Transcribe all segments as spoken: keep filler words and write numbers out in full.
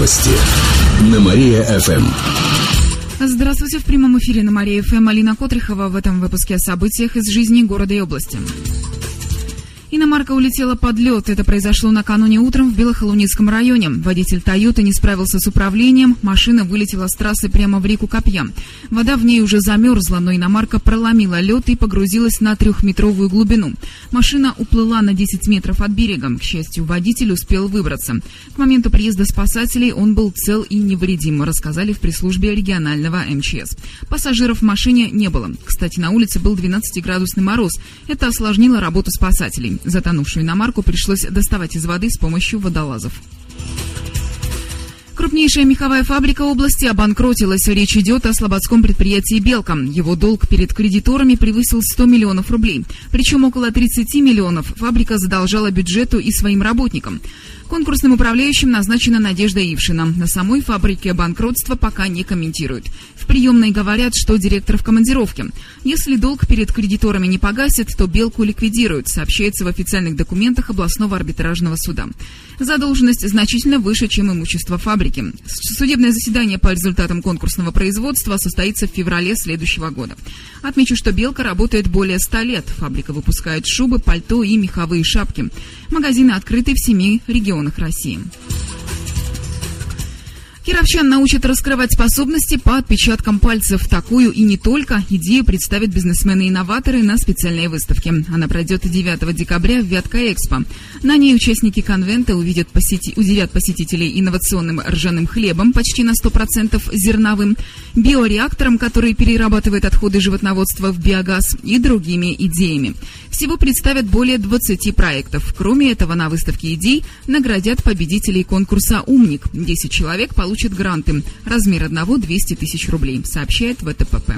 Новости на Мария-ФМ. Здравствуйте, в прямом эфире на Мария-ФМ Алина Котрихова. В этом выпуске о событиях из жизни города и области. Иномарка улетела под лед. Это произошло накануне утром в Белохолуницком районе. Водитель «Тойоты» не справился с управлением. Машина вылетела с трассы прямо в реку Копья. Вода в ней уже замерзла, но иномарка проломила лед и погрузилась на трехметровую глубину. Машина уплыла на десять метров от берега. К счастью, водитель успел выбраться. К моменту приезда спасателей он был цел и невредим, рассказали в пресс-службе регионального эм че эс. Пассажиров в машине не было. Кстати, на улице был двенадцатиградусный мороз. Это осложнило работу спасателей. Затонувшую иномарку пришлось доставать из воды с помощью водолазов. Крупнейшая меховая фабрика области обанкротилась. Речь идет о слободском предприятии «Белка». Его долг перед кредиторами превысил сто миллионов рублей. Причем около тридцати миллионов фабрика задолжала бюджету и своим работникам. Конкурсным управляющим назначена Надежда Ившина. На самой фабрике банкротство пока не комментируют. В приемной говорят, что директор в командировке. Если долг перед кредиторами не погасит, то «Белку» ликвидируют, сообщается в официальных документах областного арбитражного суда. Задолженность значительно выше, чем имущество фабрики. Судебное заседание по результатам конкурсного производства состоится в феврале следующего года. Отмечу, что «Белка» работает более ста лет. Фабрика выпускает шубы, пальто и меховые шапки. Магазины открыты в семи регионах России. Кировчан научат раскрывать способности по отпечаткам пальцев. Такую и не только идею представят бизнесмены-инноваторы на специальной выставке. Она пройдет девятого декабря в Вятка-Экспо. На ней участники конвента увидят посети... удивят посетителей инновационным ржаным хлебом, почти на сто процентов зерновым, биореактором, который перерабатывает отходы животноводства в биогаз, и другими идеями. Всего представят более двадцати проектов. Кроме этого, на выставке идей наградят победителей конкурса «Умник». десять человек получат гранты. Размер одного – двести тысяч рублей, сообщает вэ тэ пэ пэ.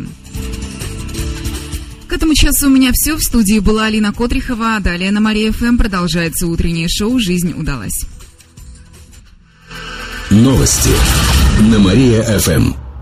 К этому часу у меня все. В студии была Алина Котрихова. Далее на Мария-ФМ продолжается утреннее шоу «Жизнь удалась». Новости на Мария-ФМ.